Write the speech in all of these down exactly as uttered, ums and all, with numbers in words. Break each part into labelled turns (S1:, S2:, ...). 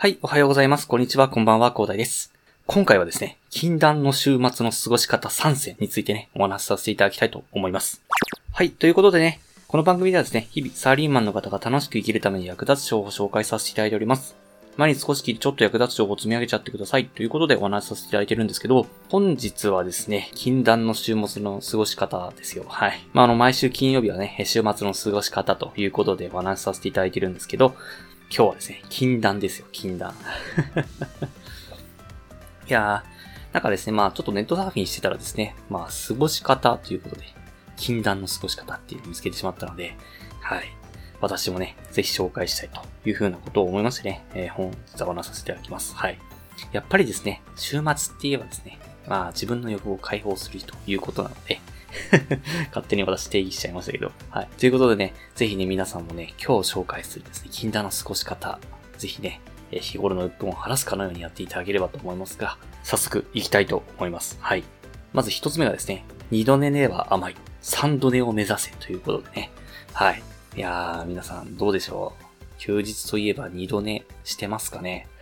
S1: はい、おはようございます。こんにちは、こんばんは、広大です。今回はですね、禁断の週末の過ごし方さんせんについてね、お話しさせていただきたいと思います。はい、ということでね、この番組ではですね、日々サラリーマンの方が楽しく生きるために役立つ情報を紹介させていただいております。毎日少しきりちょっと役立つ情報を積み上げちゃってくださいということでお話しさせていただいてるんですけど、本日はですね、禁断の週末の過ごし方ですよ。はい。まあ、あの、毎週金曜日はね、週末の過ごし方ということでお話しさせていただいてるんですけど、今日はですね、禁断ですよ、禁断。いやー、なんかですね、まあちょっとネットサーフィンしてたらですね、まあ過ごし方ということで、禁断の過ごし方っていうのを見つけてしまったので、はい。私もね、ぜひ紹介したいというふうなことを思いましてね、えー、本日はお話しさせていただきます。はい。やっぱりですね、週末って言えばですね、まあ自分の欲望を解放するということなので、勝手に私定義しちゃいましたけど。はい。ということでね、ぜひね、皆さんもね、今日紹介するですね、禁断の過ごし方、ぜひね、日頃の鬱憤を晴らすかのようにやっていただければと思いますが、早速行きたいと思います。はい。まず一つ目がですね、二度寝ねば甘い、三度寝を目指せということでね。はい。いやー、皆さんどうでしょう。休日といえば二度寝してますかね。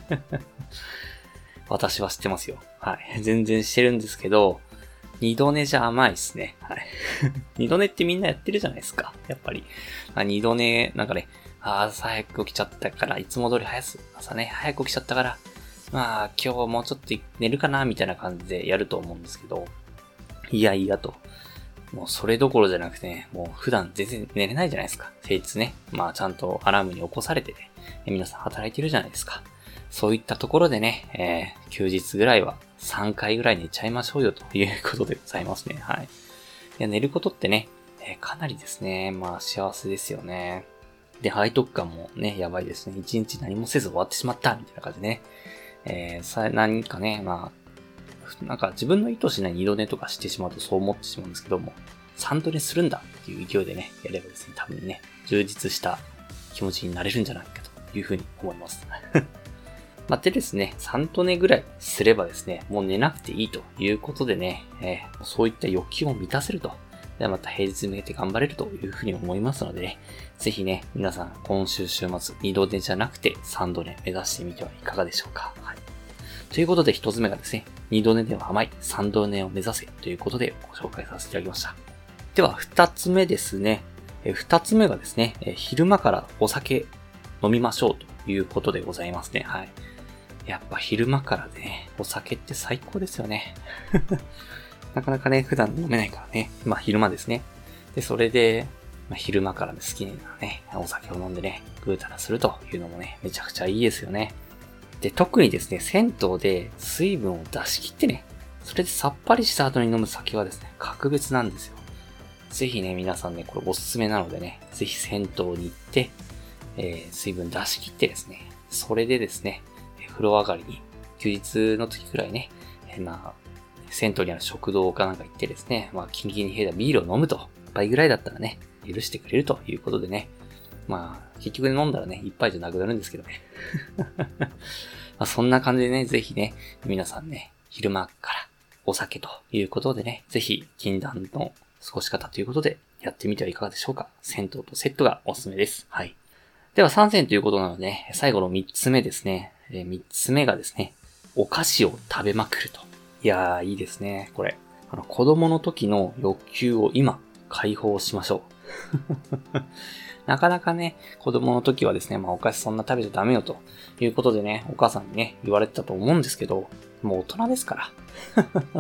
S1: 私はしてますよ。はい。全然してるんですけど、二度寝じゃ甘いですね。はい。二度寝ってみんなやってるじゃないですか。やっぱり。まあ、二度寝、なんかね、あ朝早く起きちゃったから、いつも通り早す、朝ね、早く起きちゃったから、まあ、今日もうちょっと寝るかな、みたいな感じでやると思うんですけど、いやいやと。もうそれどころじゃなくてね、もう普段全然寝れないじゃないですか。平日ね。まあ、ちゃんとアラームに起こされてね、皆さん働いてるじゃないですか。そういったところでね、えー、休日ぐらいはさんかいぐらい寝ちゃいましょうよということでございますね。はい。いや、寝ることってね、えー、かなりですね、まあ幸せですよね。で、背徳感もね、やばいですね。一日何もせず終わってしまった、みたいな感じでね。えー、さ、何かね、まあ、なんか自分の意図しない二度寝とかしてしまうとそう思ってしまうんですけども、三度寝するんだっていう勢いでね、やればですね、多分ね、充実した気持ちになれるんじゃないかというふうに思います。まあ、でですね、さん度寝ぐらいすればですね、もう寝なくていいということでね、えー、そういった欲求を満たせると。ではまた平日に向けて頑張れるというふうに思いますので、ね、ぜひね、皆さん今週週末に度寝じゃなくてさん度寝目指してみてはいかがでしょうか。はい。ということでひとつめがですね、に度寝では甘いさん度寝を目指せということでご紹介させていただきました。ではふたつめですね、えふたつめがですね、え昼間からお酒飲みましょうということでございますね。はい。やっぱ昼間からね、お酒って最高ですよね。なかなかね、普段飲めないからね。まあ昼間ですね。で、それで、まあ、昼間から、ね、好きなね、お酒を飲んでね、ぐうたらするというのもね、めちゃくちゃいいですよね。で、特にですね、銭湯で水分を出し切ってね、それでさっぱりした後に飲む酒はですね、格別なんですよ。ぜひね、皆さんね、これおすすめなのでね、ぜひ銭湯に行って、えー、水分出し切ってですね、それでですね、風呂上がりに、休日の時くらいね、えー、まあ、銭湯にある食堂かなんか行ってですね、まあ、キンキンに冷えたビールを飲むと、一杯ぐらいだったらね、許してくれるということでね、まあ、結局飲んだらね、一杯じゃなくなるんですけどね。まあ、そんな感じでね、ぜひね、皆さんね、昼間からお酒ということでね、ぜひ禁断の過ごし方ということでやってみてはいかがでしょうか。銭湯とセットがおすすめです。はい。ではさんせんということなので、ね、最後のみっつめですね。みっつめがですね、お菓子を食べまくると。いやー、いいですね、これ。あの、子供の時の欲求を今、解放しましょう。なかなかね、子供の時はですね、まあお菓子そんな食べちゃダメよということでね、お母さんにね、言われてたと思うんですけど、もう大人ですから。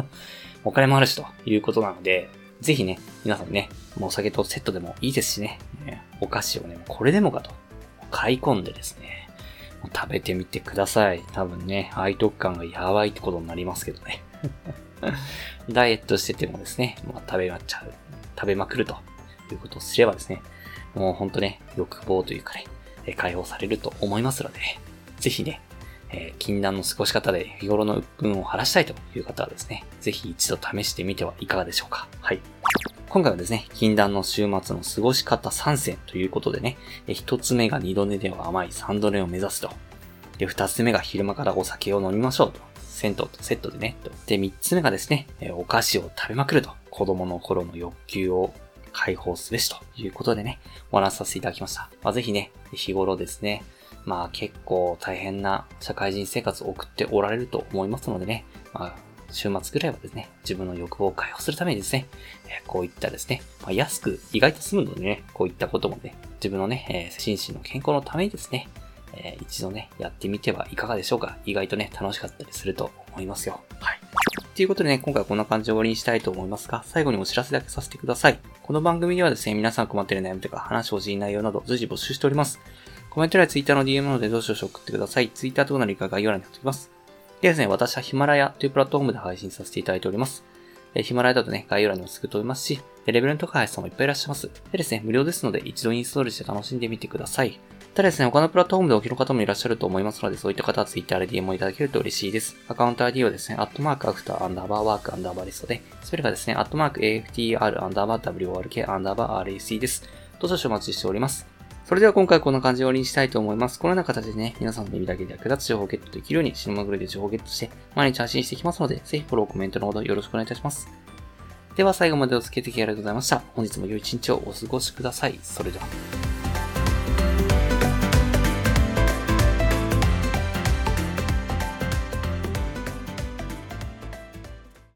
S1: お金もあるしということなので、ぜひね、皆さんね、もうお酒とセットでもいいですしね、お菓子をね、これでもかと買い込んでですね、食べてみてください。多分ね、背徳感がやばいってことになりますけどね。ダイエットしててもですね、まあ、食べまっちゃう、食べまくるということをすればですね、もうほんとね、欲望というかね、解放されると思いますので、ぜひね、えー、禁断の過ごし方で日頃の鬱憤を晴らしたいという方はですね、ぜひ一度試してみてはいかがでしょうか。はい。今回はですね、禁断の週末の過ごし方さんせんということでね、ひとつめがに度寝では甘いさん度寝を目指すと。で、ふたつめが昼間からお酒を飲みましょうと。銭湯とセットでね。で、みっつめがですね、お菓子を食べまくると。子供の頃の欲求を解放すべしということでね、お話しさせていただきました。まあ、ぜひね、日頃ですね、 まあ結構大変な社会人生活を送っておられると思いますのでね、まあ週末ぐらいはですね、自分の欲望を解放するためにですね、えー、こういったですね、まあ、安く意外と済むのでね、こういったこともね、自分のね、えー、心身の健康のためにですね、えー、一度ね、やってみてはいかがでしょうか。意外とね、楽しかったりすると思いますよ。はい。ということでね、今回はこんな感じで終わりにしたいと思いますが、最後にお知らせだけさせてください。この番組ではですね、皆さん困っている悩みとか話してほしい内容など随時募集しております。コメントや Twitter の ディーエム などでどしどし送ってください。Twitter とかのリンクは概要欄に貼っておきます。でですね、私はヒマラヤというプラットフォームで配信させていただいております。えヒマラヤだとね、概要欄にもすぐ飛びますし、レベルの高い配信さんもいっぱいいらっしゃいます。でですね、無料ですので一度インストールして楽しんでみてください。ただですね、他のプラットフォームでお聞きの方もいらっしゃると思いますので、そういった方は Twitter で ディーエム をいただけると嬉しいです。アカウント アイディー はですね、アットマークアフターアンダーバーワークアンダーバーリストで、スペルがですね、アットマーク エーエフティーアール アンダーバー ダブリューオーアールケー アンダーバー アールエーシー です。どうぞお待ちしております。それでは今回こんな感じで終わりにしたいと思います。このような形でね、皆さんの耳だけで役立つ情報をゲットできるように、シネマグルで情報をゲットして、毎日発信していきますので、ぜひフォロー、コメントのほどよろしくお願いいたします。では最後までお付き合いありがとうございました。本日も良い一日をお過ごしください。それでは。